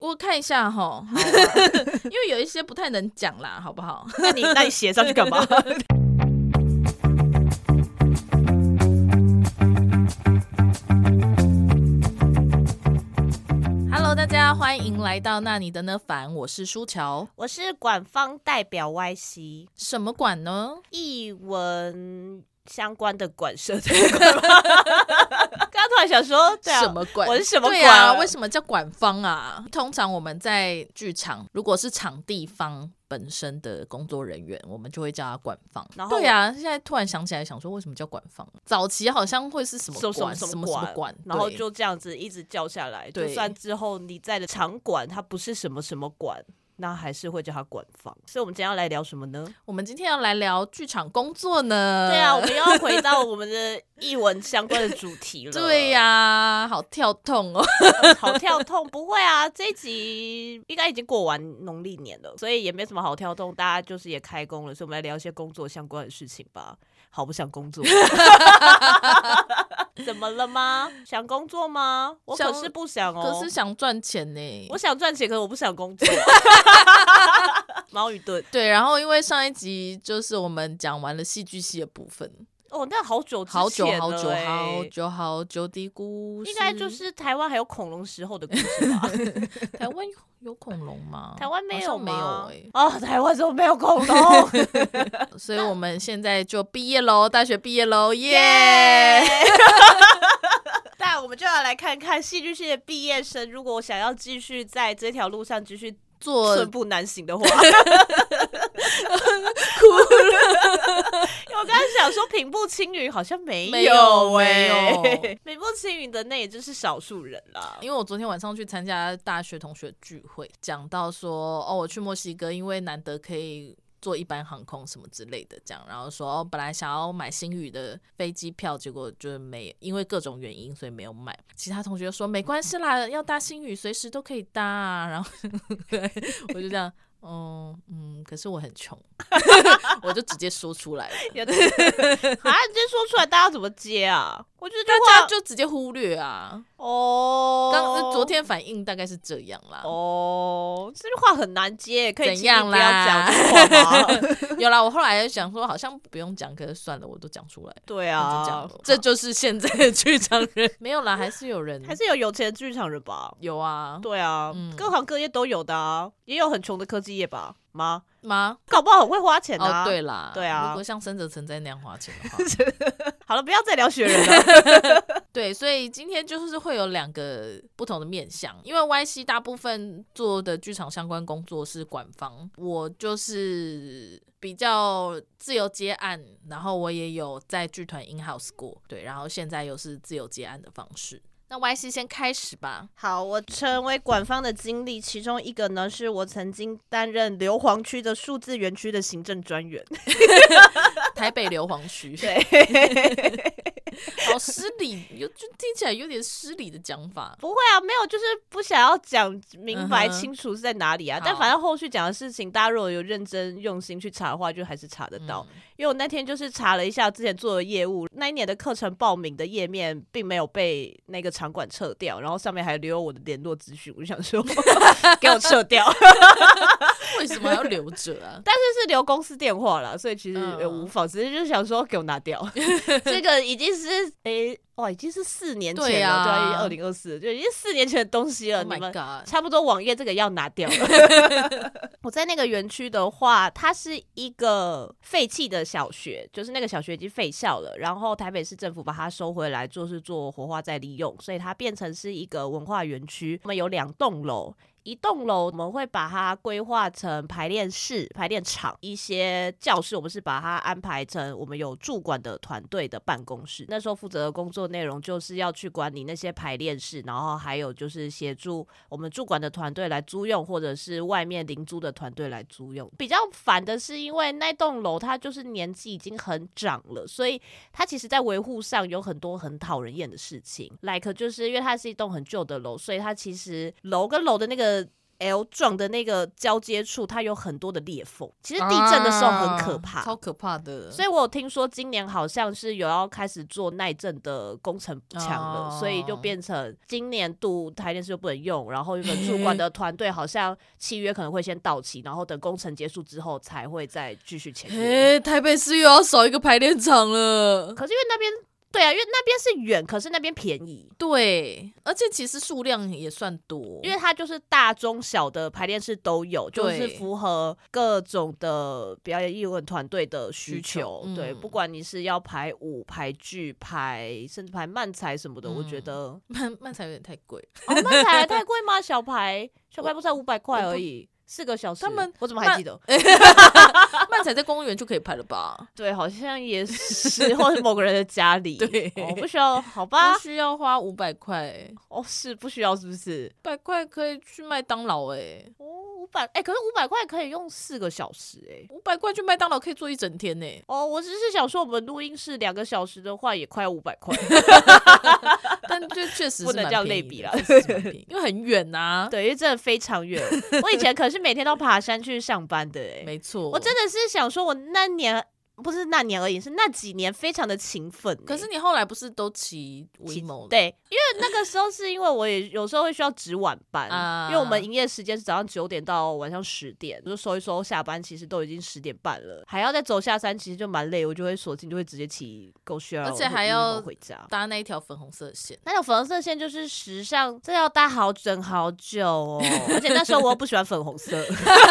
我看一下哈，因为有一些不太能讲啦，好不好？ 那你写上去干嘛 ？Hello， 大家欢迎来到那你的呢凡，我是舒乔， 我是管方代表 YC， 什么管呢？ 艺文相关的管社的管吗？刚刚突然想说，对啊， 什么管？ 我是什么管？ 对啊，为什么叫管方啊？通常我们在剧场，如果是场地方本身的工作人员，我们就会叫他管方。对啊，现在突然想起来，想说为什么叫管方？早期好像会是什么管，什么管， 然后就这样子一直叫下来。就算之后你在的场馆它不是什么什么馆，那还是会叫他管方。所以我们今天要来聊什么呢？ 我们今天要来聊剧场工作呢。 对啊，我们又要回到我们的艺文相关的主题了。 对呀，好跳痛哦。 好跳痛。不会啊，这一集应该已经过完农历年了，所以也没什么好跳痛，大家就是也开工了，所以我们来聊一些工作相关的事情吧。好不想工作怎么了吗？想工作吗？我可是不想哦。 可是想赚钱呢。 我想赚钱，可是我不想工作矛与盾。 对，然后因为上一集就是我们讲完了戏剧系的部分哦，那好久之前了好久的故事， 应该就是台湾还有恐龙时候的故事吧？ 台湾有恐龙吗？ 台湾没有吗？ 没有欸。 哦，台湾怎么没有恐龙？ 所以我们现在就毕业喽，大学毕业喽，耶！ 那我们就要来看看戏剧系的毕业生，如果想要继续在这条路上继续做寸步难行的话，哭了。 因为我刚才想说平步青云好像没有平步青云的那也就是少数人啦。 因为我昨天晚上去参加大学同学聚会，讲到说我去墨西哥，因为难得可以坐一般航空什么之类的，这样，然后说本来想要买星宇的飞机票，结果就没，因为各种原因，所以没有买。其他同学就说没关系啦，要搭星宇随时都可以搭啊。然后我就这样。可是我很穷，我就直接说出来了。 直接说出来，大家怎么接啊？我觉得大家就直接忽略啊。昨天反应大概是这样啦。 这句话很难接，可以怎样啦？ 不要讲这话吗？ 有啦，我后来想说好像不用讲，可是算了，我都讲出来。 对啊， 这就是现在的剧场人。没有啦，还是有人， 还是有钱的剧场人吧？ 有啊， 对啊，各行各业都有的啊，也有很穷的科技业吧？吗？搞不好很会花钱啊。 对啦， 对啊， 如果像深泽成在那样花钱的话。 好了，不要再聊学人了。 对，所以今天就是会有两个不同的面向，因为 YC 大部分做的剧场相关工作是管方，我就是比较自由接案，然后我也有在剧团 in house 过，对，然后现在又是自由接案的方式。那 YC 先开始吧。 好，我成为管方的经历，其中一个呢是我曾经担任硫磺区的数字园区的行政专员。 台北硫磺区。 对。 好失礼，就听起来有点失礼的讲法。 不会啊，没有，就是不想要讲明白清楚是在哪里啊。但反正后续讲的事情，大家如果有认真用心去查的话，就还是查得到。因为我那天就是查了一下之前做的业务，那一年的课程报名的页面并没有被那个场馆撤掉，然后上面还留有我的联络资讯，我就想说给我撤掉。 为什么还要留着啊？ 但是留公司电话啦，所以其实无妨，只是就想说给我拿掉。这个已经是已经是4年前了，对，2024就已经4年前的东西了。 Oh my God， 你们差不多网页这个要拿掉了。我在那个园区的话，它是一个废弃的小学，就是那个小学已经废校了，然后台北市政府把它收回来，就是做活化再利用，所以它变成是一个文化园区。我们有2栋楼。一栋楼我们会把它规划成排练室、排练场，一些教室我们是把它安排成我们有驻馆的团队的办公室。那时候负责的工作内容就是要去管理那些排练室，然后还有就是协助我们驻馆的团队来租用，或者是外面临租的团队来租用。比较烦的是，因为那栋楼它就是年纪已经很长了，所以它其实在维护上有很多很讨人厌的事情。like 就是因为它是一栋很旧的楼，所以它其实楼跟楼的那个 L 状的那个交接处，它有很多的裂缝，其实地震的时候很可怕， 超可怕的。 所以我有听说今年好像是有要开始做耐震的工程墙了，所以就变成今年度台电视就不能用，然后原本驻馆的团队好像契约可能会先到期，然后等工程结束之后才会再继续签约。 台北市又要少一个排练场了。 可是因为那边对啊，因为那边是远，可是那边便宜。 对，而且其实数量也算多， 因为它就是大中小的排练室都有，就是符合各种的表演艺文团队的需求。对，不管你是要排舞、排剧、甚至排漫才什么的，我觉得漫才有点太贵。 漫才太贵吗？小排不才500块而已。4个小时，我怎么还记得？ 漫才在公园就可以排了吧？ 对，好像也是，或者某个人的家里。 对， 不需要，好吧？ 不需要花500块。 是不需要，是不是 ？100块可以去麦当劳 500可是500块可以用4个小时 500块去麦当劳可以坐1整天我只是想说，我们录音室2个小时的话，也快500块。 但就确实是不能这样类比啦， 因为很远啊。 对，因为真的非常远。我以前可是每天都爬山去上班的没错。 我真的是想说，我不是那年而已，是那几年非常的勤奋。 可是你后来不是都骑 WeMo？ 对，因为那个时候是因为我也有时候会需要值晚班，因为我们营业时间是早上9点到晚上10点，就收一收下班，其实都已经10点半了，还要再走下山，其实就蛮累。我就会索性就会直接骑GoShare， 而且还要回家搭那一条粉红色线。 那条粉红色线就是时尚，这要搭整好久哦。而且那时候我又不喜欢粉红色。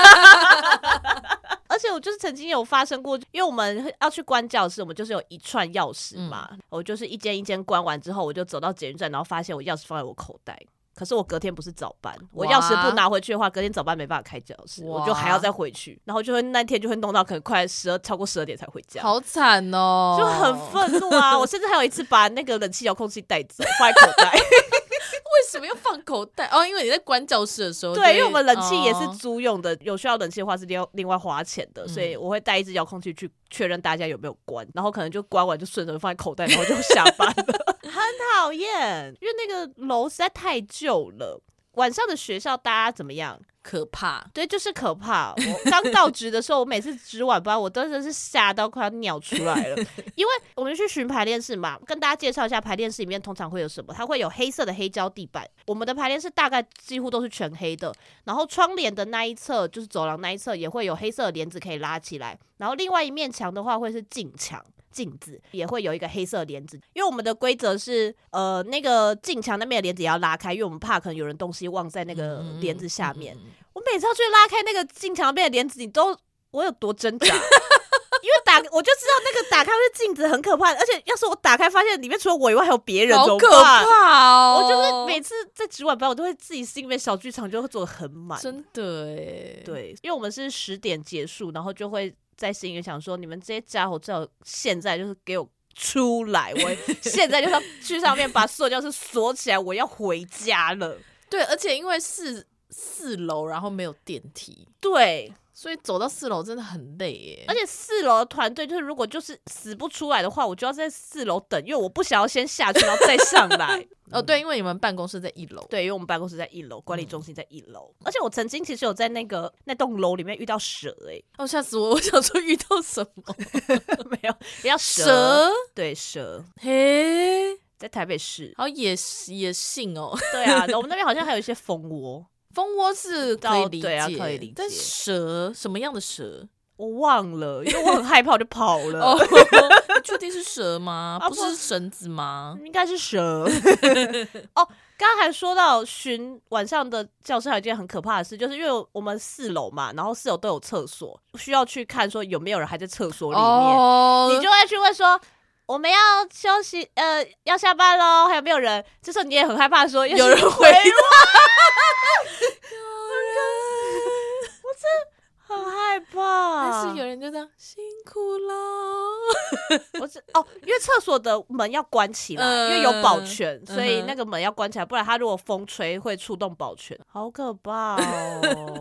而且我就是曾经有发生过，因为我们要去关教室，我们就是有一串钥匙嘛，我就是一间一间关完之后，我就走到捷运站，然后发现我钥匙放在我口袋。可是我隔天不是早班，我钥匙不拿回去的话，隔天早班没办法开教室，我就还要再回去，然后就会那天就会弄到可能快超过12点才回家， 好惨哦， 就很愤怒啊！我甚至还有一次把那个冷气遥控器带走，放在口袋。 为什么要放口袋？因为你在关教室的时候， 对，因为我们冷气也是租用的，有需要冷气的话是另外花钱的，所以我会带一支遥控器去确认大家有没有关，然后可能就关完就顺手放在口袋，然后就下班了。很讨厌，因为那个楼实在太旧了。晚上的学校大家怎么样？ 可怕， 对，就是可怕。我刚到职的时候，我每次值晚班，我真的是吓到快要尿出来了。因为我们去巡排练室嘛，跟大家介绍一下排练室里面通常会有什么。它会有黑色的黑胶地板，我们的排练室大概几乎都是全黑的。然后窗帘的那一侧，就是走廊那一侧，也会有黑色的帘子可以拉起来。然后另外一面墙的话，会是镜墙。镜子也会有一个黑色帘子，因为我们的规则是，那个镜墙那边的帘子也要拉开，因为我们怕可能有人东西忘在那个帘子下面。我每次要去拉开那个镜墙那边的帘子，我有多挣扎，因为我就知道那个打开是镜子很可怕，而且要是我打开发现里面除了我以外还有别人， 好可怕哦！ 我就是每次在值晚班，我都会自己心里面小剧场就会做得很满， 真的耶。 对，因为我们是10点结束，然后就会在心里想说，你们这些家伙最好现在就是给我出来，我现在就是要去上面把所有教室锁起来，我要回家了。 对，而且因为四楼，然后没有电梯， 对， 所以走到4楼真的很累耶。 而且4楼的团队就是如果就是死不出来的话，我就要在4楼等，因为我不想要先下去然后再上来。 对，因为你们办公室在1楼。 对，因为我们办公室在1楼，管理中心在1楼。而且我曾经其实有在那栋楼里面遇到蛇吓死我！我想说遇到什么？ 没有，遇到蛇。 对，蛇。 嘿， 在台北市。 好野性哦。 对啊，我们那边好像还有一些蜂窝。 蜂窝是可以理解， 对啊，可以理解。 但蛇什么样的蛇？ 我忘了，因为我很害怕，我就跑了。 你确定是蛇吗？不是绳子吗？ 应该是蛇。刚刚还说到晚上的教室，还有一件很可怕的事，就是因为我们4楼嘛，然后4楼都有厕所，需要去看说有没有人还在厕所里面，你就会去问说。我们要休息，要下班咯，还有没有人？这时候你也很害怕说有人回来， 我真的很害怕。 但是有人就这样辛苦了。 因为厕所的门要关起来，因为有保全，所以那个门要关起来，不然它如果风吹会触动保全，好可怕哦。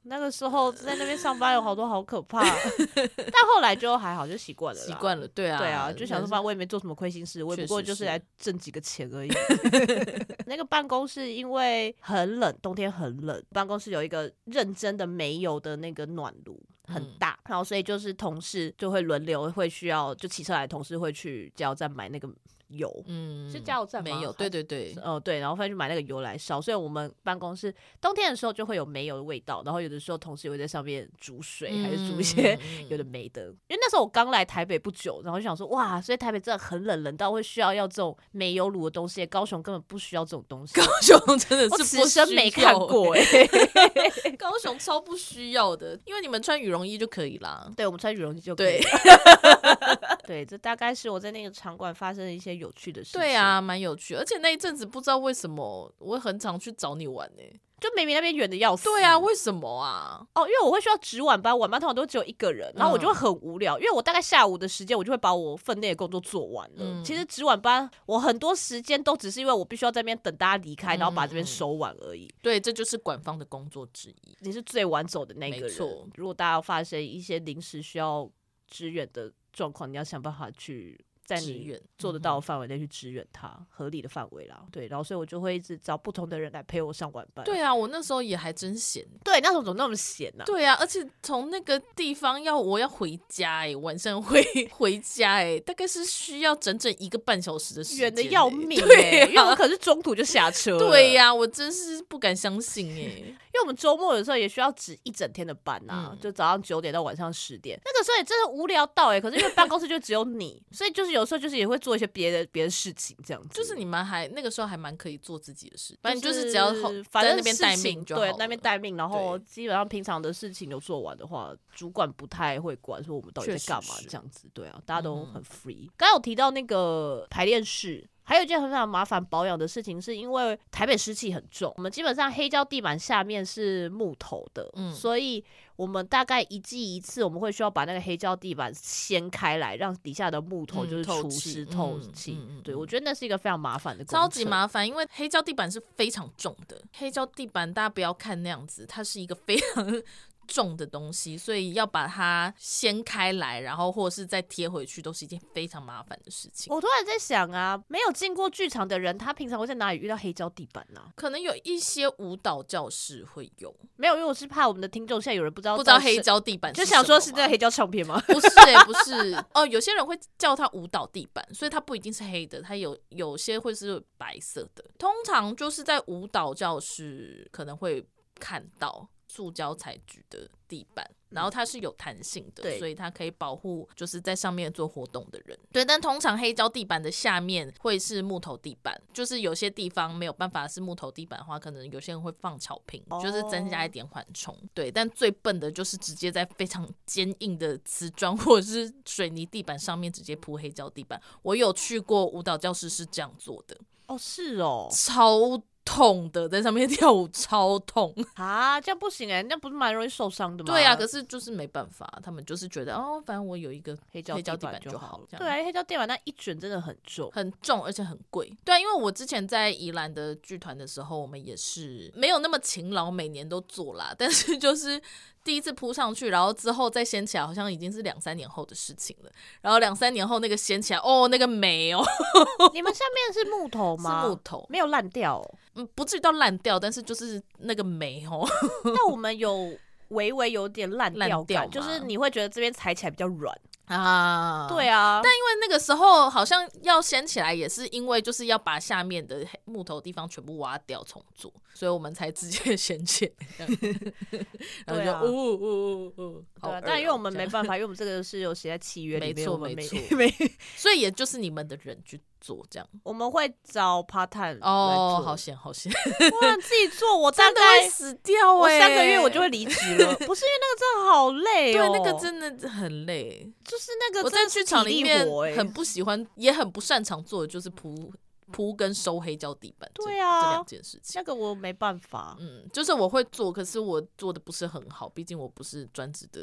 那个时候在那边上班有好多好可怕，但后来就还好，就习惯了。 习惯了，对啊， 对啊，就想说，反正我也没做什么亏心事，我也不过就是来挣几个钱而已。那个办公室因为很冷，冬天很冷，办公室有一个认真的煤油的那个暖炉。很大，然后所以就是同事就会轮流，会需要就骑车来的同事会去加油站买那个油，是加油站吗？ 没有，对对对， 对，然后会去买那个油来烧，所以我们办公室冬天的时候就会有煤油的味道，然后有的时候同事也会在上面煮水，还是煮一些有的没的。因为那时候我刚来台北不久，然后就想说哇，所以台北真的很冷，冷到会需要这种煤油炉的东西，高雄根本不需要这种东西。 高雄真的是我此生没看过高雄超不需要的，因为你们穿羽绒衣就可以啦。 对，我们穿羽绒衣就可以。对，这大概是我在那个场馆发生的一些有趣的事情。 对啊，蛮有趣，而且那一阵子不知道为什么我很常去找你玩就明明那边远的要死。 对啊，为什么啊？ 因为我会需要值晚班，晚班通常都只有一个人，然后我就会很无聊，因为我大概下午的时间我就会把我分内的工作做完了。其实值晚班我很多时间都只是因为我必须要在那边等大家离开，然后把这边收完而已。 对，这就是管方的工作之一。 你是最晚走的那个人， 没错。 如果大家发生一些临时需要支援的状况，你要想办法去在你做得到的范围内去支援他，合理的范围啦。对，然后所以我就会一直找不同的人来陪我上晚班。 对啊，我那时候也还真闲。 对，那时候怎么那么闲啊？ 对啊，而且从那个地方我要回家晚上回家大概是需要整整1个半小时的时间， 远的要命对啊， 因为我可是中途就下车了。 对啊，我真是不敢相信因为我们周末有时候也需要值一整天的班啊，就早上9点到晚上10点，那个时候也真的无聊到可是因为办公室就只有你，所以就是有时候就是也会做一些别的事情，这样子。 就是你们那个时候还蛮可以做自己的事，反正就是只要在那边待命就好了。 对，那边待命，然后基本上平常的事情有做完的话，主管不太会管说我们到底在干嘛这样子。对啊，大家都很 free。刚刚有提到那个排练室。还有一件很非常麻烦保养的事情，是因为台北湿气很重，我们基本上黑胶地板下面是木头的，所以我们大概1季1次，我们会需要把那个黑胶地板掀开来，让底下的木头就是除湿透气。对，我觉得那是一个非常麻烦的工程， 超级麻烦，因为黑胶地板是非常重的。黑胶地板大家不要看那样子，它是一个非常重的东西，所以要把它掀开来，然后或者是再贴回去，都是一件非常麻烦的事情。 我突然在想啊，没有进过剧场的人，他平常会在哪里遇到黑胶地板呢？ 可能有一些舞蹈教室会有， 没有，因为我是怕我们的听众现在有人不知道黑胶地板是什么， 就想说是那个黑胶唱片吗？ 不是不是有些人会叫它舞蹈地板，所以它不一定是黑的，它有些会是白色的。通常就是在舞蹈教室可能会看到塑胶材质的地板，然后它是有弹性的，所以它可以保护就是在上面做活动的人。对，但通常黑胶地板的下面会是木头地板，就是有些地方没有办法是木头地板的话，可能有些人会放巧拼，就是增加一点缓冲。对，但最笨的就是直接在非常坚硬的瓷砖或者是水泥地板上面直接铺黑胶地板。我有去过舞蹈教室是这样做的。 是哦， 超痛的，在上面跳舞超痛啊！这样不行那不是蛮容易受伤的吗？ 对啊，可是就是没办法，他们就是觉得反正我有一个黑胶地板就好了。 对啊，黑胶地板那一卷真的很重， 很重，而且很贵。对啊，因为我之前在宜兰的剧团的时候，我们也是没有那么勤劳，每年都做啦，但是就是第一次铺上去，然后之后再掀起来，好像已经是2-3年后的事情了。然后2-3年后那个掀起来，那个霉你们下面是木头吗？ 是木头， 没有烂掉不至于到烂掉，但是就是那个霉但我们有微微有点烂掉感，就是你会觉得这边踩起来比较软啊。 对啊， 但因为那个时候好像要掀起来，也是因为就是要把下面的木头地方全部挖掉重做，所以我们才直接掀起来。然后就对啊，但因为我们没办法，因为我们这个是有写在契约里面， 没错，所以也就是你们的人去做这样。 我们会找 part time 好险哇， 自己做我大概真的会死掉我3个月我就会离职了。不是因为那个真的好累对，那个真的很累， 就是那个我在剧场里面很不喜欢，也很不擅长做的就是铺跟收黑胶地板， 对啊， 这2件事情， 那个我没办法。 就是我会做，可是我做的不是很好，毕竟我不是专职的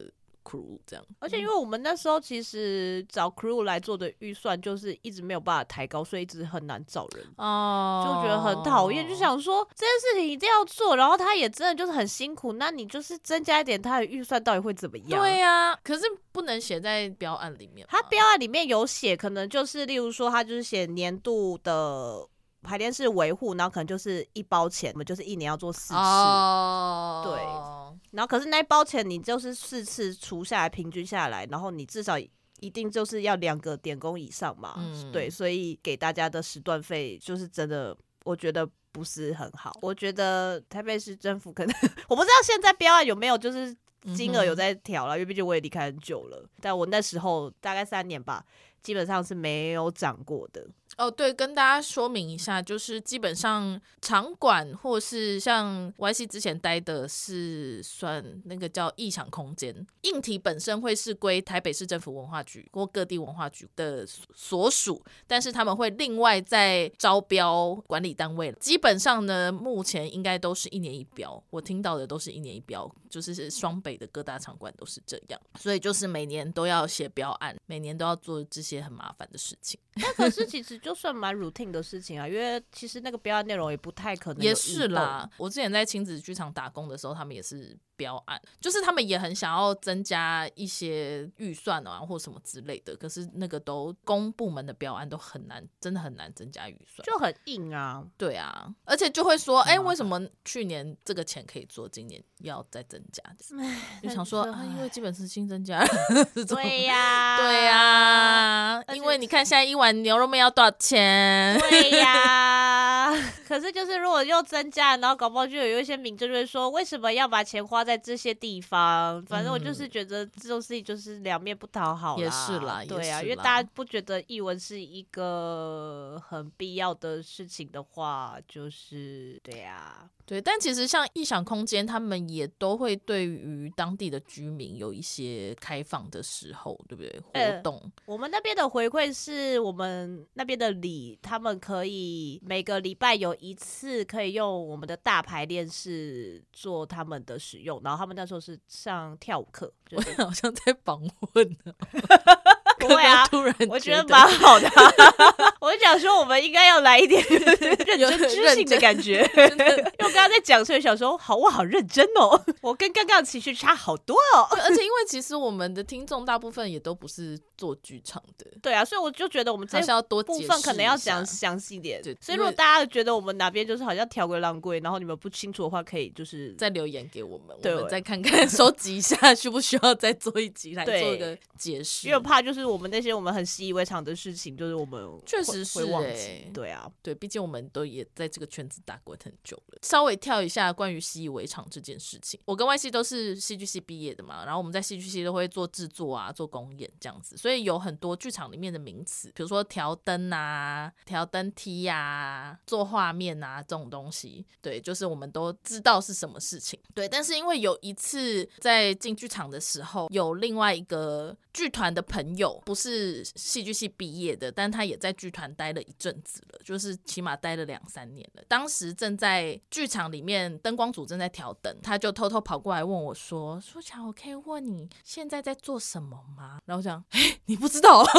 crew 这样。 而且因为我们那时候其实找 crew 来做的预算就是一直没有办法抬高，所以一直很难找人就觉得很讨厌，就想说这件事情一定要做，然后他也真的就是很辛苦，那你就是增加一点他的预算到底会怎么样？ 对啊，可是不能写在标案里面吗？ 他标案里面有写，可能就是例如说他就是写年度的排练室维护，然后可能就是一包钱，我们就是一年要做4次，对，然后可是那一包钱你就是4次除下来，平均下来，然后你至少一定就是要2个点工以上嘛，对，所以给大家的时段费就是真的，我觉得不是很好。我觉得台北市政府可能我不知道现在标案有没有就是金额有在调了，因为毕竟我也离开很久了，但我那时候大概3年吧，基本上是没有涨过的。 哦，对，跟大家说明一下，就是基本上场馆或是像 YC 之前待的是算那个叫艺想空间，硬体本身会是归台北市政府文化局或各地文化局的所属，但是他们会另外再招标管理单位。基本上呢，目前应该都是1年1标，我听到的都是1年1标，就是双北的各大场馆都是这样，所以就是每年都要写标案，每年都要做这些很麻烦的事情。 那可是其实就算蛮 routine 的事情啊，因为其实那个标案内容也不太可能有也是啦，我之前在亲子剧场打工的时候，他们也是标案，就是他们也很想要增加一些预算啊或什么之类的，可是那个都公部门的标案都很难，真的很难增加预算， 就很硬啊。 对啊，而且就会说为什么去年这个钱可以做，今年要再增加，就想说因为基本是新增加对呀对呀，因为你看现在1碗牛肉面要多少钱？ 对呀可是就是如果又增加，然后搞不好就有一些民众就会说，为什么要把钱花在这些地方？反正我就是觉得这种事情就是两面不讨好啦。 也是啦， 对啊，因为大家不觉得艺文是一个很必要的事情的话，就是对啊。 对，但其实像艺想空间，他们也都会对于当地的居民有一些开放的时候，对不对？活动， 我们那边的回馈是我们那边的里，他们可以每个礼拜有1次可以用我们的大排练室做他们的使用，然后他们那时候是上跳舞课， 我好像在访问呢。 不会啊， 突然我觉得蛮好的、我就想说，我们应该要来一点认真知性的感觉。因为我刚刚在讲，所以想说，我好认真哦，我跟刚刚的情绪差好多哦。 而且因为其实我们的听众大部分也都不是做剧场的， 对啊，所以我就觉得我们这部分可能要讲详细一点。所以如果大家觉得我们哪边就是好像条规浪规，然后你们不清楚的话，可以就是再留言给我们，我们再看看收集一下，需不需要再做一集来做一个解释。 因为怕就是我们那些我们很习以为常的事情，就是我们确实是会忘记。对啊， 对，毕竟我们都也在这个圈子打滚很久了。稍微跳一下关于习以为常这件事情，我跟外系都是戏剧系毕业的嘛，然后我们在戏剧系都会做制作啊，做公演这样子，所以有很多剧场里面的名词，比如说调灯啊、调灯梯啊、做画面啊这种东西，对，就是我们都知道是什么事情。对，但是因为有一次在进剧场的时候，有另外一个剧团的朋友，不是戏剧系毕业的，但他也在剧团待了一阵子了，就是起码待了2-3年了。当时正在剧场里面，灯光组正在调灯，他就偷偷跑过来问我说：“书樵，我可以问你现在在做什么吗？”然后我想，你不知道？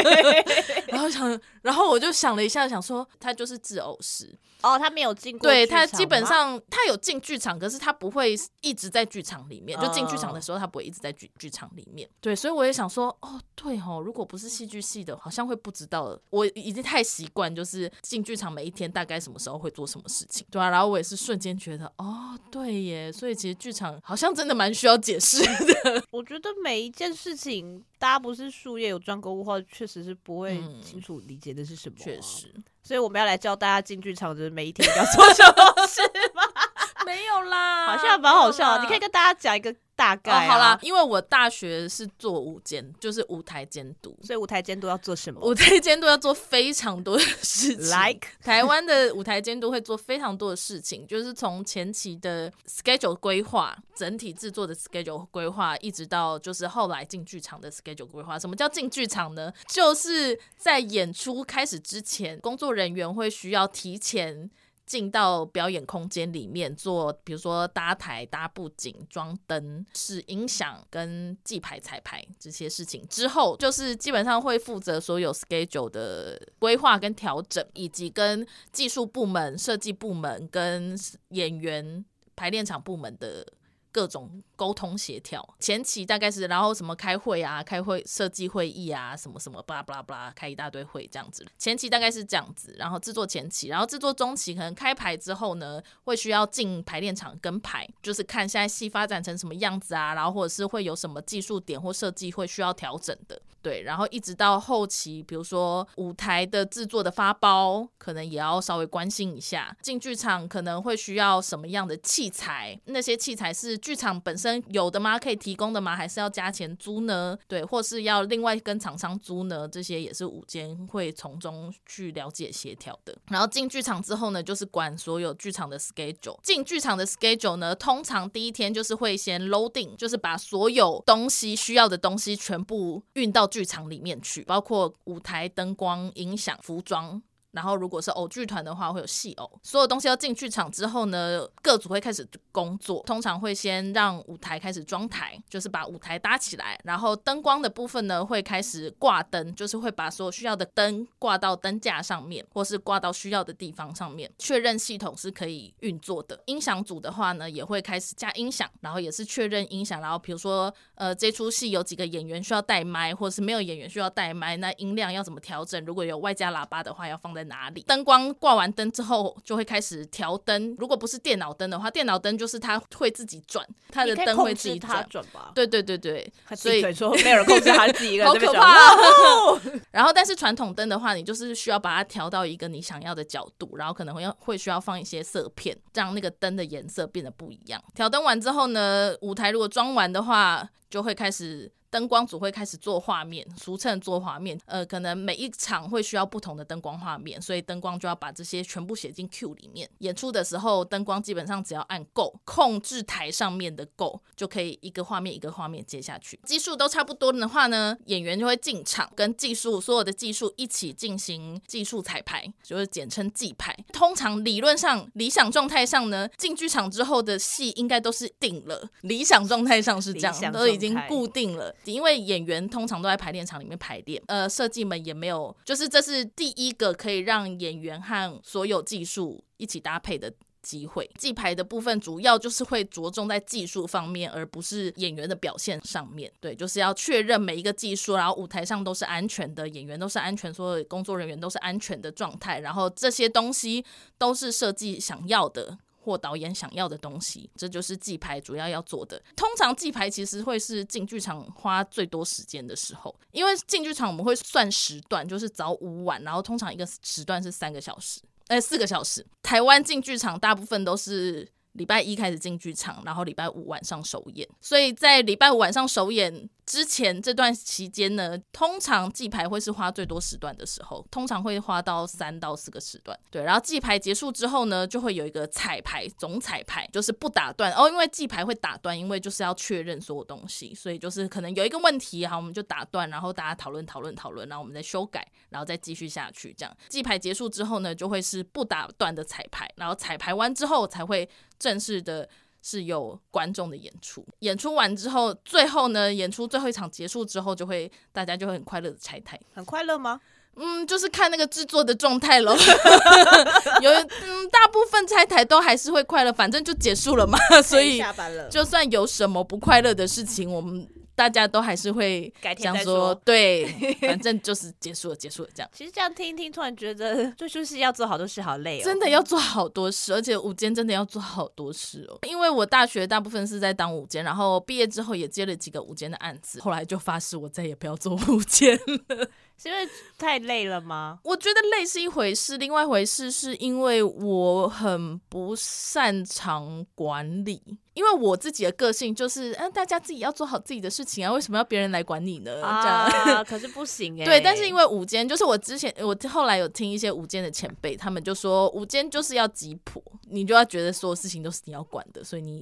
然后我就想了一下，想说他就是制偶师。 哦，他没有进过对， 剧场吗？ 他基本上他有进剧场，可是他不会一直在剧场里面，就进剧场的时候他不会一直在剧场里面。对，所以我也想说，对哦，如果不是戏剧系的，好像会不知道。我已经太习惯，就是进剧场每一天大概什么时候会做什么事情，对啊。然后我也是瞬间觉得，对耶，所以其实剧场好像真的蛮需要解释的。 我觉得每一件事情，大家不是术业有专攻的话，确实是不会清楚理解的是什么、 确实。 所以我们要来教大家进剧场的每一天要做什么事吗？ 没有啦， 好像蛮好笑的。你可以跟大家讲一个大概好啦，因为我大学是做舞监，就是舞台监督， 所以舞台监督要做什么？ 舞台监督要做非常多的事情。 Like 台湾的舞台监督会做非常多的事情，就是从前期的 schedule 规划，整体制作的 schedule 规划，一直到就是后来进剧场的 schedule 规划。什么叫进剧场呢？就是在演出开始之前，工作人员会需要提前进到表演空间里面做，比如说搭台、搭布景、装灯、试音响跟记牌、彩排这些事情之后，就是基本上会负责所有 schedule 的规划跟调整，以及跟技术部门、设计部门跟演员排练场部门的各种沟通协调。前期大概是，然后什么开会啊、开会设计会议啊，什么什么巴拉巴拉巴拉，开一大堆会这样子。前期大概是这样子，然后制作前期，然后制作中期可能开排之后呢，会需要进排练场跟排，就是看现在戏发展成什么样子啊，然后或者是会有什么技术点或设计会需要调整的。对，然后一直到后期，比如说舞台的制作的发包，可能也要稍微关心一下。进剧场可能会需要什么样的器材？那些器材是剧场本身有的吗？可以提供的吗？还是要加钱租呢？对，或是要另外跟厂商租呢？这些也是舞监会从中去了解协调的。然后进剧场之后呢，就是管所有剧场的 schedule。进剧场的 schedule 呢，通常第一天就是会先 loading， 就是把所有东西需要的东西全部运到剧场里面去，包括舞台、灯光、音响、服装。然后如果是偶剧团的话会有戏偶，所有东西要进剧场之后呢，各组会开始工作，通常会先让舞台开始装台，就是把舞台搭起来，然后灯光的部分呢会开始挂灯，就是会把所有需要的灯挂到灯架上面，或是挂到需要的地方上面，确认系统是可以运作的。音响组的话呢也会开始加音响，然后也是确认音响，然后比如说这出戏有几个演员需要带麦，或是没有演员需要带麦，那音量要怎么调整，如果有外加喇叭的话要放在哪里。灯光挂完灯之后就会开始调灯，如果不是电脑灯的话，电脑灯就是它会自己转，它的灯会自己转吧。对对对对， 所以说没有人控制他自己一个人好可怕然后但是传统灯的话，你就是需要把它调到一个你想要的角度，然后可能会需要放一些色片，让那个灯的颜色变得不一样。调灯完之后呢，舞台如果装完的话，就会开始灯光组会开始做画面，俗称做画面。可能每一场会需要不同的灯光画面，所以灯光就要把这些全部写进 Q 里面。演出的时候，灯光基本上只要按够，控制台上面的够，就可以一个画面一个画面接下去。技术都差不多的话呢，演员就会进场，跟技术所有的技术一起进行技术彩排，就是简称技排。通常理论上理想状态上呢，进剧场之后的戏应该都是定了，理想状态上是这样，都已经固定了。因为演员通常都在排练场里面排练，设计们也没有，就是这是第一个可以让演员和所有技术一起搭配的机会。记牌的部分主要就是会着重在技术方面，而不是演员的表现上面。对，就是要确认每一个技术，然后舞台上都是安全的，演员都是安全，所有工作人员都是安全的状态，然后这些东西都是设计想要的或导演想要的东西，这就是记牌主要要做的。通常记牌其实会是进剧场花最多时间的时候，因为进剧场我们会算时段，就是早午晚，然后通常一个时段是4个小时。台湾进剧场大部分都是礼拜一开始进剧场，然后礼拜五晚上首演，所以在礼拜五晚上首演之前这段期间呢，通常记牌会是花最多时段的时候，通常会花到3到4个时段。对，然后记牌结束之后呢，就会有一个彩排，总彩排就是不打断因为记牌会打断，因为就是要确认所有东西，所以就是可能有一个问题，好，我们就打断，然后大家讨论，然后我们再修改，然后再继续下去。这样记牌结束之后呢，就会是不打断的彩排，然后彩排完之后才会正式的是有观众的演出。演出完之后，最后呢，演出最后一场结束之后，大家就会很快乐的拆台。 很快乐吗？ 就是看那个制作的状态咯大部分拆台都还是会快乐，反正就结束了嘛，所以下班了， 就算有什么不快乐的事情，我们大家都还是会想说，对，反正就是结束了这样。 其实这样听一听，突然觉得这出戏要做好多事好累真的要做好多事，而且舞监真的要做好多事因为我大学大部分是在当舞监，然后毕业之后也接了几个舞监的案子，后来就发誓我再也不要做舞监了。 是因为太累了吗？ 我觉得累是一回事，另外一回事是因为我很不擅长管理，因为我自己的个性就是大家自己要做好自己的事情啊，为什么要别人来管你呢？这样可是不行对，但是因为舞监，就是我后来有听一些舞监的前辈，他们就说舞监就是要鸡婆，你就要觉得所有事情都是你要管的，所以你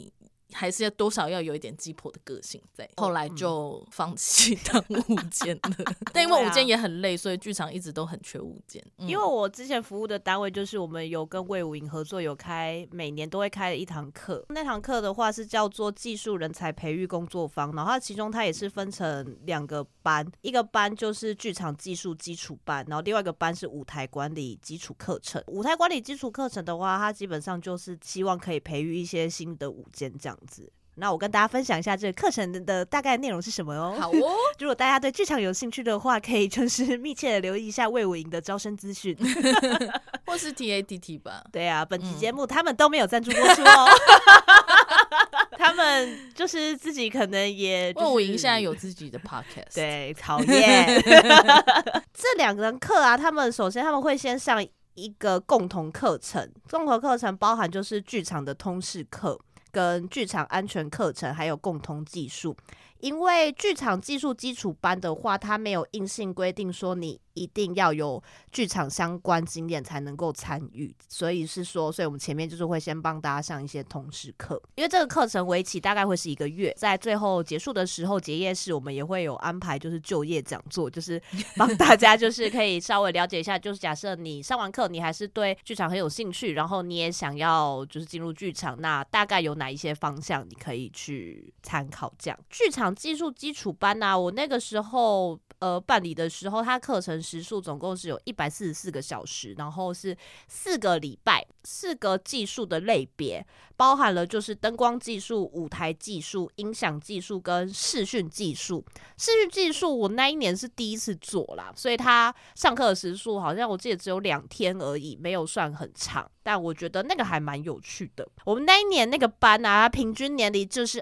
还是多少要有一点鸡婆的个性在。后来就放弃当舞监了，但因为舞监也很累，所以剧场一直都很缺舞监。 因为我之前服务的单位就是我们有跟卫武营合作，有每年都会开一堂课。那堂课的话是叫做技术人才培育工作坊，然后其中它也是分成2个班，一个班就是剧场技术基础班，然后另外一个班是舞台管理基础课程。舞台管理基础课程的话，它基本上就是希望可以培育一些新的舞监这样子。那我跟大家分享一下这个课程的大概内容是什么哦。 好哦， 如果大家对剧场有兴趣的话，可以就是密切的留意一下卫武营的招生资讯， 或是 TATT 吧。 对啊，本期节目他们都没有赞助播出哦。他们就是自己可能也、就是， 卫武营现在有自己的 podcast， 对，讨厌。这2堂课啊，他们首先他们会先上一个共同课程，共同课程包含就是剧场的通识课、跟剧场安全课程，还有共同技术。因为剧场技术基础班的话，它没有硬性规定说你一定要有剧场相关经验才能够参与，所以我们前面就是会先帮大家上一些通识课，因为这个课程为期大概会是1个月，在最后结束的时候结业式我们也会有安排就是就业讲座，就是帮大家就是可以稍微了解一下，就是假设你上完课你还是对剧场很有兴趣，然后你也想要就是进入剧场，那大概有哪一些方向你可以去参考。这样剧场技术基础班啊，我那个时候办理的时候，它课程时数总共是有144个小时，然后是4个礼拜，4个技术的类别，包含了就是灯光技术、舞台技术、音响技术跟视讯技术。视讯技术我那一年是第一次做啦，所以它上课的时数好像我记得只有2天而已，没有算很长，但我觉得那个还蛮有趣的。我们那一年那个班啊，平均年龄就是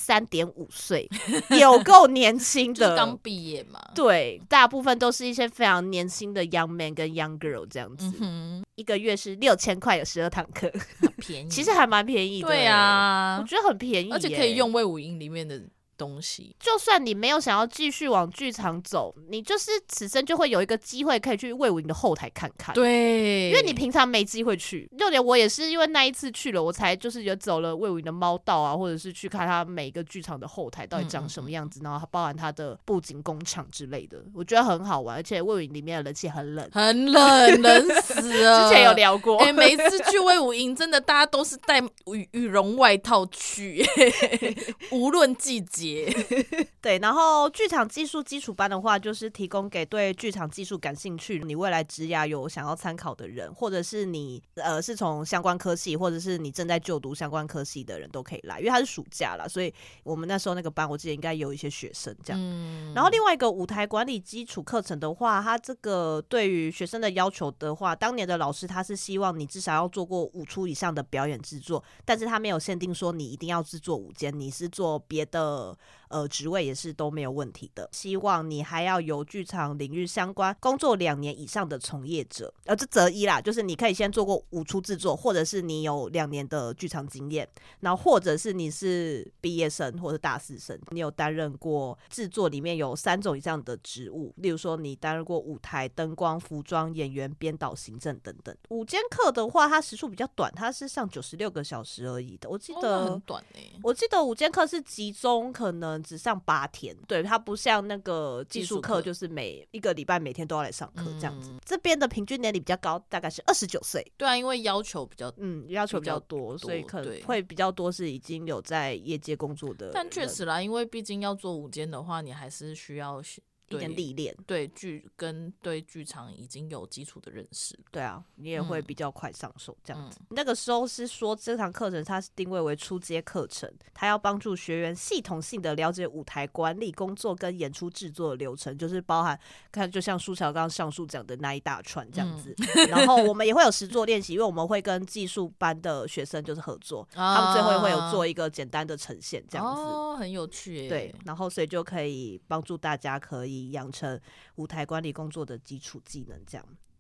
23.5岁，有够年轻的， 就是刚毕业嘛。 对，大部分都是一些非常年轻的 young man 跟 young girl 这样子。1个月是6000块，有12堂课， 便宜， 其实还蛮便宜的。 对啊， 我觉得很便宜， 而且可以用卫武营里面的东西。 就算你没有想要继续往剧场走，你就是此生就会有一个机会可以去卫武营的后台看看。 对， 因为你平常没机会去。6年我也是因为那一次去了，我才就是有走了卫武营的猫道啊，或者是去看他每一个剧场的后台到底长什么样子，然后包含他的布景工厂之类的，我觉得很好玩。而且卫武营里面的人气很冷， 很冷，冷死了。 之前有聊过， 每次去卫武营真的大家都是带羽绒外套去，无论季节。 对，然后剧场技术基础班的话，就是提供给对剧场技术感兴趣、你未来职涯有想要参考的人，或者是你是从相关科系，或者是你正在就读相关科系的人都可以来，因为它是暑假啦，所以我们那时候那个班我记得应该有一些学生这样。然后另外一个舞台管理基础课程的话，它这个对于学生的要求的话，当年的老师他是希望你至少要做过5出以上的表演制作，但是他没有限定说你一定要制作舞监，你是做别的职位也是都没有问题的。希望你还要有剧场领域相关工作2年以上的从业者，这择一啦，就是你可以先做过5出制作，或者是你有2年的剧场经验，然后或者是你是毕业生或者大四生，你有担任过制作里面有3种以上的职务，例如说你担任过舞台、灯光、服装、演员、编导、行政等等。午间课的话，它时数比较短，它是上96个小时而已的。我记得很短我记得午间课是集中可能只上8天，对，它不像那个技术课，就是每1个礼拜每天都要来上课这样子。这边的平均年龄比较高，大概是29岁。 对啊，因为要求比较多，所以可能会比较多是已经有在业界工作的人。 但确实啦，因为毕竟要做午间的话，你还是需要一点历练， 对剧场已经有基础的认识， 对啊，你也会比较快上手这样子。那个时候是说这堂课程它是定位为初阶课程，它要帮助学员系统性的了解舞台管理工作跟演出制作的流程，就是包含看就像舒乔刚刚上述讲的那一大串这样子。然后我们也会有实作练习，因为我们会跟技术班的学生就是合作，他们最后会有做一个简单的呈现这样子， 很有趣耶。 对，然后所以就可以帮助大家可以养成舞台管理工作的基础技能这样。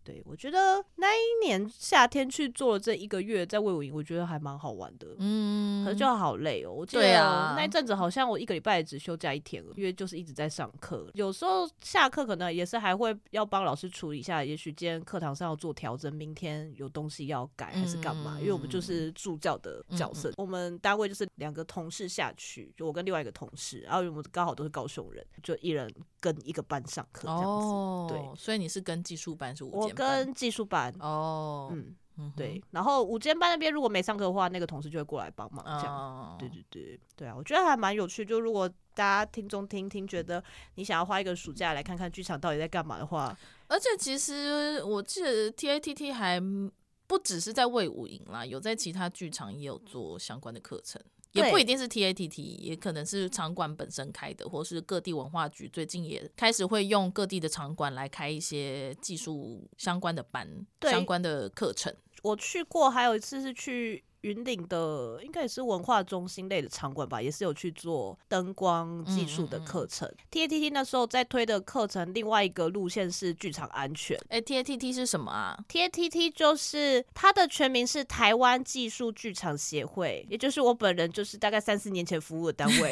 对，我觉得那一年夏天去做了这1个月在卫武营，我觉得还蛮好玩的。可是就好累哦。我记得那一阵子好像我1个礼拜只休假1天了，因为就是一直在上课。有时候下课可能也是还会要帮老师处理一下，也许今天课堂上要做调整，明天有东西要改还是干嘛？因为我们就是助教的角色，我们单位就是2个同事下去，就我跟另外一个同事，然后我们刚好都是高雄人，就一人跟1个班上课这样子。对， 所以你是跟技术班是午间班？ 我跟技术班。对，然后午间班那边如果没上课的话，那个同事就会过来帮忙这样。对啊，我觉得还蛮有趣。就如果大家听众听觉得你想要花1个暑假来看看剧场到底在干嘛的话， 而且其实我记得 TATT 还不只是在卫武营啦，有在其他剧场也有做相关的课程。也不一定是 TATT， 也可能是场馆本身开的，或是各地文化局最近也开始会用各地的场馆来开一些技术相关的班、相关的课程。 我去过，还有一次是去云林的，应该也是文化中心类的场馆吧，也是有去做灯光技术的课程。TATT 那时候在推的课程，另外一个路线是剧场安全。 TATT 是什么啊？ TATT 就是它的全名是台湾技术剧场协会，也就是我本人就是大概3-4年前服务的单位。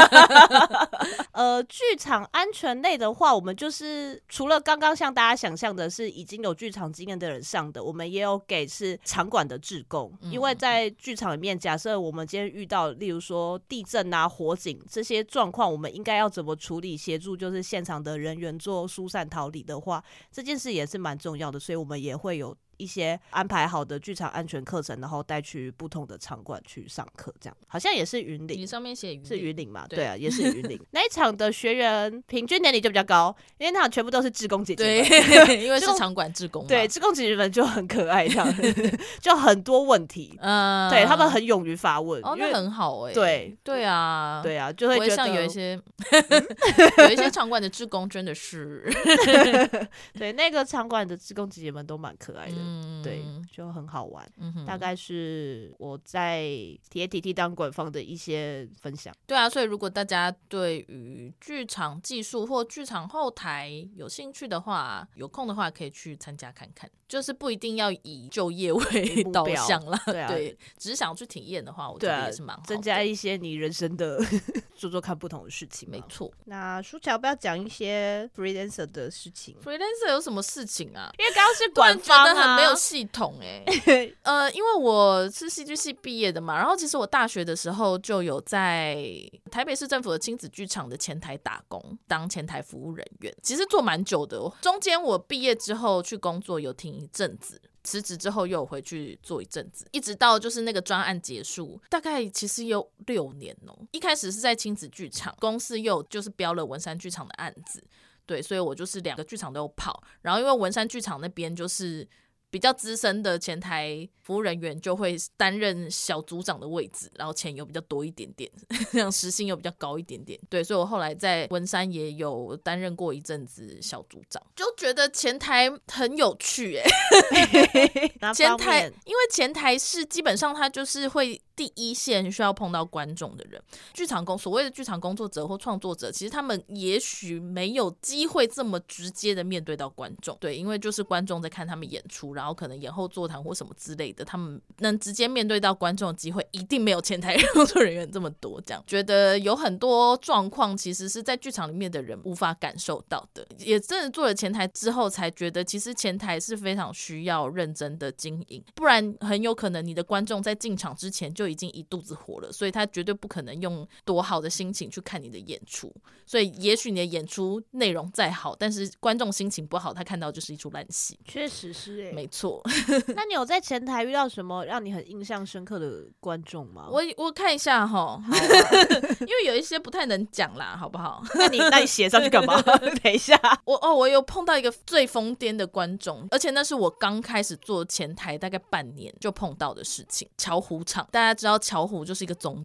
剧场安全类的话，我们就是除了刚刚像大家想象的是已经有剧场经验的人上的，我们也有给是场馆的志工，因为在剧场里面，假设我们今天遇到例如说地震啊、火警这些状况，我们应该要怎么处理，协助就是现场的人员做疏散逃离的话，这件事也是蛮重要的，所以我们也会有一些安排好的剧场安全课程，然后带去不同的场馆去上课，这样好像也是云林， 你上面写云林是云林嘛？对啊，也是云林。那一场的学员平均年龄就比较高，因为那场全部都是志工姐姐们， 对，因为是场馆志工嘛， 对，志工姐姐们就很可爱，这样就很多问题，对他们很勇于发问， 那很好对啊，就会觉得像有一些有一些场馆的志工真的是， 对，那个场馆的志工姐姐们都蛮可爱的。对，就很好玩。大概是我在 TATT 当馆方的一些分享。 对啊，所以如果大家对于剧场技术或剧场后台有兴趣的话，有空的话可以去参加看看，就是不一定要以就业为导向啦。对，只是想去体验的话，我觉得也是蛮好的， 增加一些你人生的做做看不同的事情。 没错。 那舒乔要不要讲一些 freelancer 的事情？ freelancer 有什么事情啊？ 因为刚刚是馆方觉得很没有系统因为我是戏剧系毕业的嘛，然后其实我大学的时候就有在台北市政府的亲子剧场的前台打工，当前台服务人员，其实做蛮久的。中间我毕业之后去工作有停一阵子，辞职之后又有回去做一阵子，一直到就是那个专案结束，大概其实有6年一开始是在亲子剧场，公司又就是标了文山剧场的案子，对，所以我就是2个剧场都有跑。然后因为文山剧场那边就是比较资深的前台服务人员就会担任小组长的位置，然后钱又比较多一点点，这样时薪又比较高一点点。对，所以我后来在文山也有担任过一阵子小组长，就觉得前台很有趣前台，因为前台是基本上他就是会第一线需要碰到观众的人，所谓的剧场工作者或创作者，其实他们也许没有机会这么直接的面对到观众，对，因为就是观众在看他们演出，然后可能演后座谈或什么之类的，他们能直接面对到观众的机会一定没有前台工作人员这么多，这样觉得有很多状况其实是在剧场里面的人无法感受到的，也真的做了前台之后才觉得其实前台是非常需要认真的经营，不然很有可能你的观众在进场之前就已经一肚子火了，所以他绝对不可能用多好的心情去看你的演出，所以也许你的演出内容再好，但是观众心情不好，他看到就是一出烂戏。 确实是没错。 那你有在前台遇到什么让你很印象深刻的观众吗？ 我看一下因为有一些不太能讲啦，好不好？ 那你写上去干嘛？等一下， 我有碰到一个最疯癫的观众，而且那是我刚开始做前台大概半年就碰到的事情。巧虎场，大家知道巧虎就是一个宗教，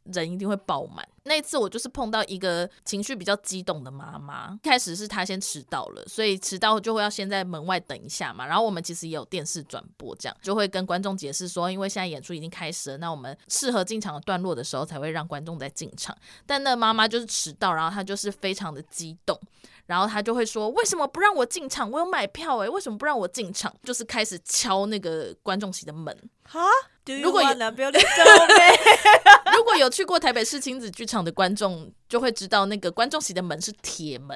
人一定会爆满。那一次我就是碰到一个情绪比较激动的妈妈，一开始是她先迟到了，所以迟到就会要先在门外等一下嘛，然后我们其实也有电视转播，这样就会跟观众解释说，因为现在演出已经开始了，那我们适合进场的段落的时候才会让观众再进场。但那妈妈就是迟到，然后她就是非常的激动，然后她就会说为什么不让我进场，我有买票为什么不让我进场，就是开始敲那个观众席的门。 哈， 如果如果有去过台北市亲子剧场的观众就会知道，那个观众席的门是铁门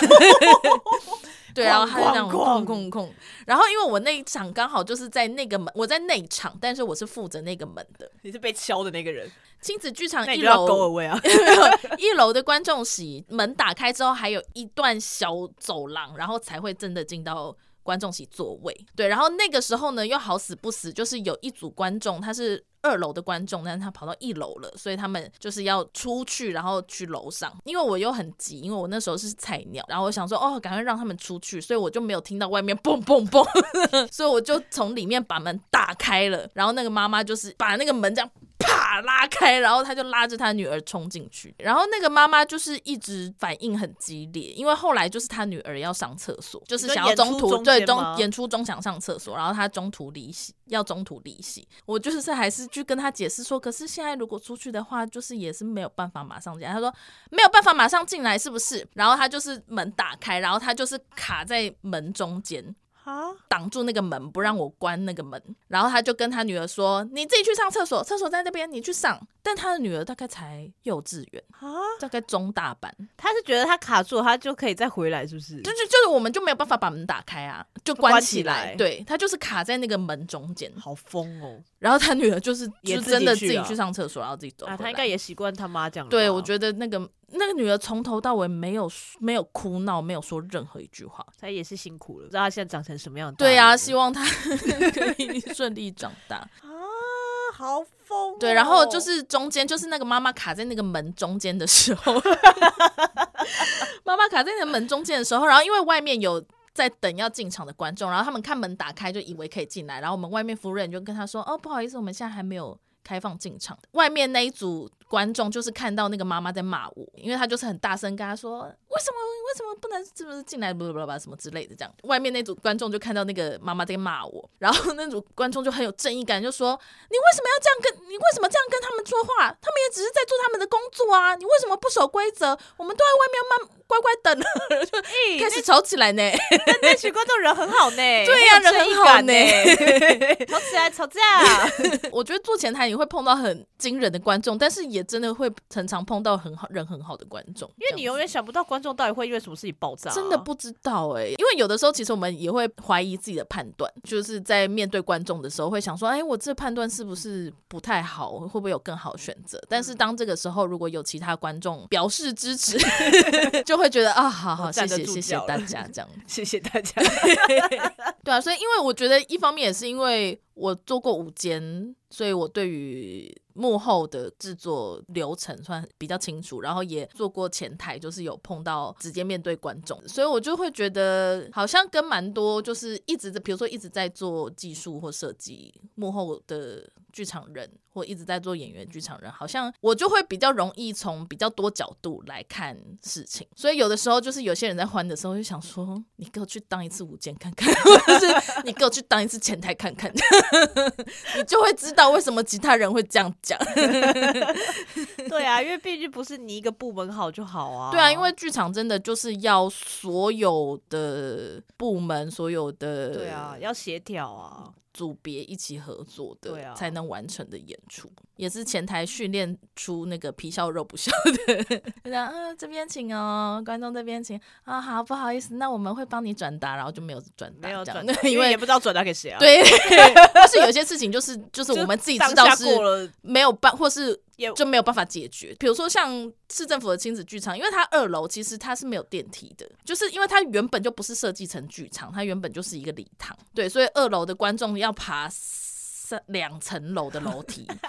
对，然后他就这样空，然后因为我那一场刚好就是在那个门，我在内场，但是我是负责那个门的， 你是被敲的那个人。 亲子剧场一楼一楼的观众席门打开之后还有一段小走廊，然后才会真的进到观众席座位。对，然后那个时候呢又好死不死，就是有一组观众他是2楼的观众，但是他跑到1楼了，所以他们就是要出去然后去楼上。因为我又很急，因为我那时候是菜鸟，然后我想说赶快让他们出去，所以我就没有听到外面蹦蹦蹦所以我就从里面把门打开了，然后那个妈妈就是把那个门这样啪拉开，然后他就拉着他女儿冲进去，然后那个妈妈就是一直反应很激烈，因为后来就是他女儿要上厕所，就是想要中途演出中想上厕所，然后他中途离席，我就是还是去跟他解释说，可是现在如果出去的话，就是也是没有办法马上进来。他说没有办法马上进来是不是？然后他就是门打开，然后他就是卡在门中间。挡住那个门不让我关那个门，然后他就跟他女儿说你自己去上厕所，厕所在那边你去上。但他的女儿大概才幼稚园，大概中大班， 他是觉得他卡住他就可以再回来是不是？ 就是我们就没有办法把门打开啊，就关起来。对，他就是卡在那个门中间， 好疯哦。 然后他女儿就是真的自己去上厕所，然后自己走回来。 他应该也习惯他妈这样。 对，我觉得那个女儿从头到尾没有哭闹，没有说任何一句话。 她也是辛苦了，不知道她现在长成什么样的。 对啊，希望她可以顺利长大好疯对，然后就是中间就是那个妈妈卡在那个门中间的时候妈妈卡在那个门中间的时候，然后因为外面有在等要进场的观众，然后他们看门打开就以为可以进来，然后我们外面服务人就跟他说不好意思，我们现在还没有开放进场。外面那一组观众就是看到那个妈妈在骂我，因为他就是很大声跟他说为什么不能是不是进来什么之类的这样。外面那组观众就看到那个妈妈在骂我，然后那组观众就很有正义感，就说你为什么这样跟他们说话，他们也只是在做他们的工作啊，你为什么不守规则，我们都在外面乖乖等了就开始吵起来呢那群观众人很好呢对啊，人很好呢吵起来吵架我觉得做前台你会碰到很惊人的观众，但是也真的会常常碰到人很好的观众， 因为你永远想不到观众到底会因为什么事情爆炸真的不知道因为有的时候其实我们也会怀疑自己的判断，就是在面对观众的时候会想说我这判断是不是不太好，会不会有更好的选择。但是当这个时候如果有其他观众表示支持就会觉得好谢谢大家这样谢谢大家对啊，所以因为我觉得一方面也是因为我做过5间，所以我对于幕后的制作流程算比较清楚，然后也做过前台，就是有碰到直接面对观众，所以我就会觉得好像跟蛮多就是比如说一直在做技术或设计幕后的剧场人或一直在做演员剧场人，好像我就会比较容易从比较多角度来看事情。所以有的时候就是有些人在欢的时候就想说你给我去当一次5间看看或者是你给我去当一次前台看看你就会知道为什么其他人会这样讲对啊，因为毕竟不是你一个部门好就好啊。 对啊，因为剧场真的就是要所有的部门所有的对啊要协调啊组别一起合作的才能完成的演出，也是前台训练出那个皮笑肉不笑的这边请观众这边请好不好意思，那我们会帮你转达，然后就没有转达， 没有转达，因为也不知道转达给谁啊。 对或是有些事情就是我们自己知道是没有办或是就没有办法解决。比如说像市政府的亲子剧场，因为它2楼其实它是没有电梯的，就是因为它原本就不是设计成剧场，它原本就是一个礼堂，对，所以2楼的观众要爬2层楼的楼梯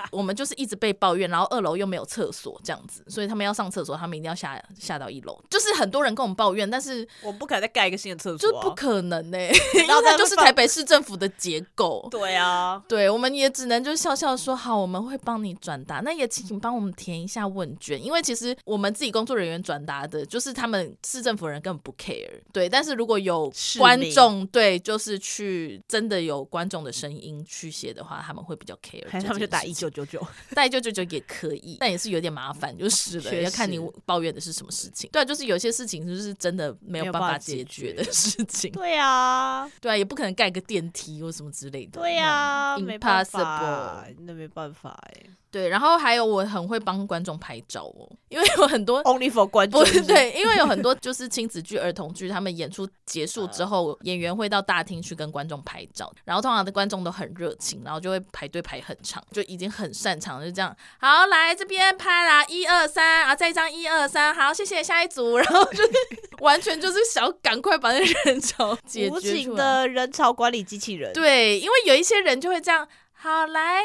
我们就是一直被抱怨，然后2楼又没有厕所这样子，所以他们要上厕所，他们一定要下到1楼。就是很多人跟我们抱怨，但是我不可能再盖一个新的厕所、 就不可能因为那就是台北市政府的结构。 对啊， 对，我们也只能就笑笑说好，我们会帮你转达，那也请帮我们填一下问卷，因为其实我们自己工作人员转达的，就是他们市政府人根本不 care。对，但是如果有观众，对，就是去真的有观众的声音去写的话，他们会比较 care。 还是他们就打1999， 打1999也可以，但也是有点麻烦，就是了，要看你抱怨的是什么事情。对啊，就是有些事情就是真的没有办法解决的事情。 对啊， 对啊，也不可能盖个电梯或什么之类的。 对啊， impossible， 那没办法对，然后还有我很会帮观众拍照因为有很多 only for 观众， 不是对，因为有很多就是亲子剧、儿童剧，他们演出结束之后，演员会到大厅去跟观众拍照，然后通常的观众都很热情，然后就会排队排很长，就已经很擅长，就这样，好，来这边拍啦，1、2、3啊，再一张1、2、3，好，谢谢，下一组，然后就是完全就是想赶快把那人潮解决出来， 无情的人潮管理机器人。 对，因为有一些人就会这样，好，来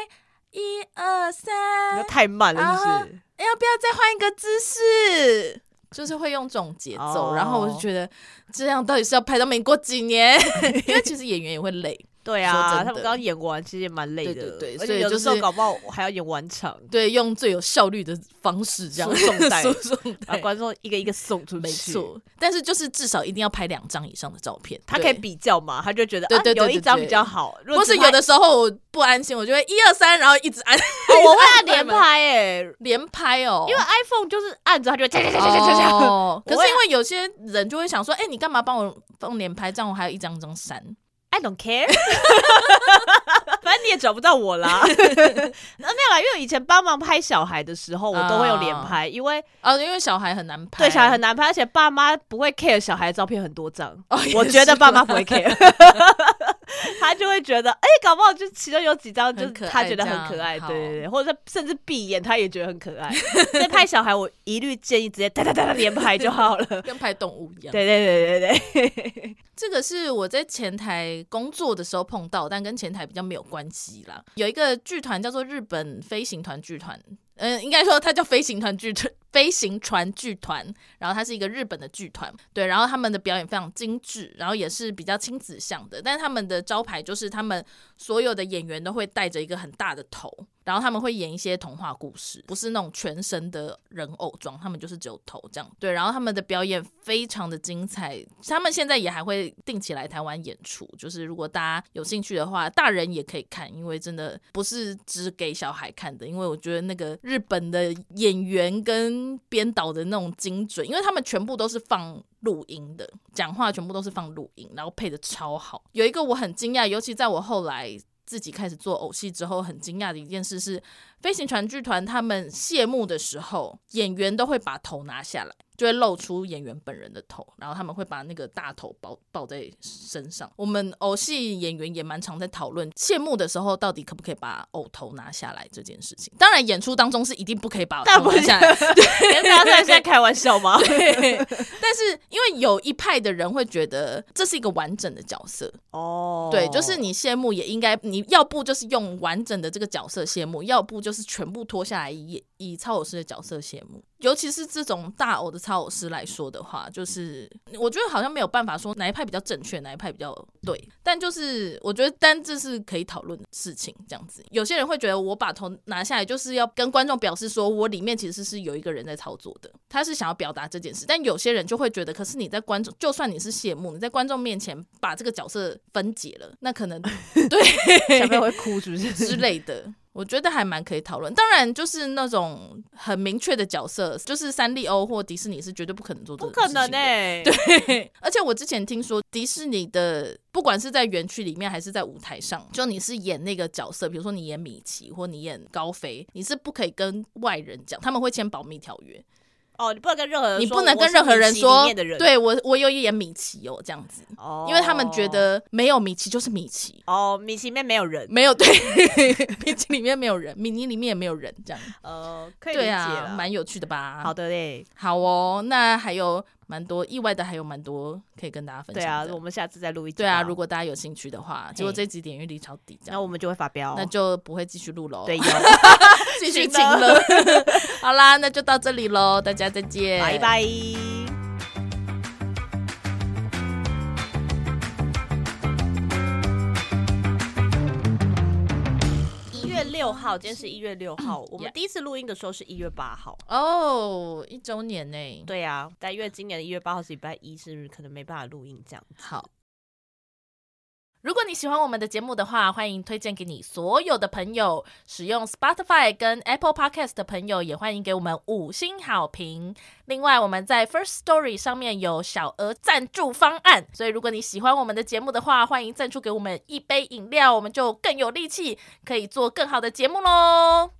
1、2、3， 太慢了，是不是？ 要不要再换一个姿势？就是会用这种节奏，然后我就觉得这样到底是要拍到民国几年？因为其实演员也会累。 对啊，他们刚演完其实也蛮累的， 对， 而且有的时候搞不好还要演完场， 对，用最有效率的方式这样输送带， 把观众一个一个送出去， 没错。但是就是至少一定要拍2张以上的照片， 他可以比较嘛，他就觉得对有一张比较好。 或是有的时候我不安心，我就会1、2、3，然后一直按。 我会按连拍连拍因为 iPhone 就是按着它就会可是因为有些人就会想说，你干嘛帮我放连拍？这样我还有一张张删。 I don't care 反正你也找不到我啦没有啦，因为以前帮忙拍小孩的时候我都会用连拍，因为小孩很难拍， 对，小孩很难拍，而且爸妈不会 care 小孩的照片很多张我觉得爸妈不会 care 他就会觉得搞不好就其中有几张就是他觉得很可爱，对对对，或者甚至闭眼他也觉得很可爱所以拍小孩我一律建议直接哒哒哒连拍就好了， 跟拍动物一样。 对对对对对这个是我在前台工作的时候碰到，但跟前台比较没有关系啦。有一个剧团叫做日本飞行团剧团，应该说它叫飞行船剧团，然后它是一个日本的剧团，对，然后他们的表演非常精致，然后也是比较亲子向的，但是他们的招牌就是他们所有的演员都会戴着一个很大的头，然后他们会演一些童话故事，不是那种全身的人偶装，他们就是只有头这样，对，然后他们的表演非常的精彩，他们现在也还会定期来台湾演出，就是如果大家有兴趣的话，大人也可以看，因为真的不是只给小孩看的，因为我觉得那个日本的演员跟编导的那种精准，因为他们全部都是放录音的，讲话全部都是放录音，然后配的超好。有一个我很惊讶，尤其在我后来自己开始做偶戏之后，很惊讶的一件事是，飞行船剧团他们谢幕的时候，演员都会把头拿下来，就会露出演员本人的头，然后他们会把那个大头抱在身上。我们偶戏演员也蛮常在讨论谢幕的时候到底可不可以把偶头拿下来这件事情。当然演出当中是一定不可以把头拿下来， 对，大家是在开玩笑吗？ 对，但是因为有一派的人会觉得这是一个完整的角色对，就是你谢幕也应该，你要不就是用完整的这个角色谢幕，要不就是全部脱下来以操偶师的角色谢幕。尤其是这种大偶的操偶师来说的话，就是我觉得好像没有办法说哪一派比较正确，哪一派比较对，但就是我觉得这是可以讨论的事情这样子。有些人会觉得我把头拿下来就是要跟观众表示说我里面其实是有一个人在操作的，他是想要表达这件事，但有些人就会觉得可是你在观众，就算你是谢幕，你在观众面前把这个角色分解了，那可能对小朋友会哭是不是之类的，我觉得还蛮可以讨论。当然就是那种很明确的角色，就是三丽鸥或迪士尼是绝对不可能做这种事情的， 不可能对，而且我之前听说迪士尼的不管是在园区里面还是在舞台上，就你是演那个角色，比如说你演米奇或你演高飞，你是不可以跟外人讲，他们会签保密条约。 你不能跟任何人说， 你不能跟任何人说，对，我有演米奇这样子，因为他们觉得没有米奇就是米奇米奇里面没有人， 没有，对米奇里面没有人，米妮里面也没有人这样， 可以理解了， 对啊，蛮有趣的吧？ 好的嘞， 好那还有蛮多意外的，还有蛮多可以跟大家分享的。 对啊，我们下次再录一集。 对啊，如果大家有兴趣的话，结果这集点阅率超低， 那我们就会发飙， 那就不会继续录喽。 对， 继续请了。好啦，那就到这里喽，大家再见， 拜拜。6号，今天是1月6号，我们第一次录音的时候是1月8号哦，1周年呢。 对啊，但因为今年的1月8号是礼拜一，是可能没办法录音这样子。 好，如果你喜欢我们的节目的话，欢迎推荐给你所有的朋友。使用 Spotify 跟 Apple Podcast 的朋友也欢迎给我们5星好评。另外，我们在 First Story 上面有小额赞助方案，所以如果你喜欢我们的节目的话，欢迎赞助给我们1杯饮料，我们就更有力气可以做更好的节目咯。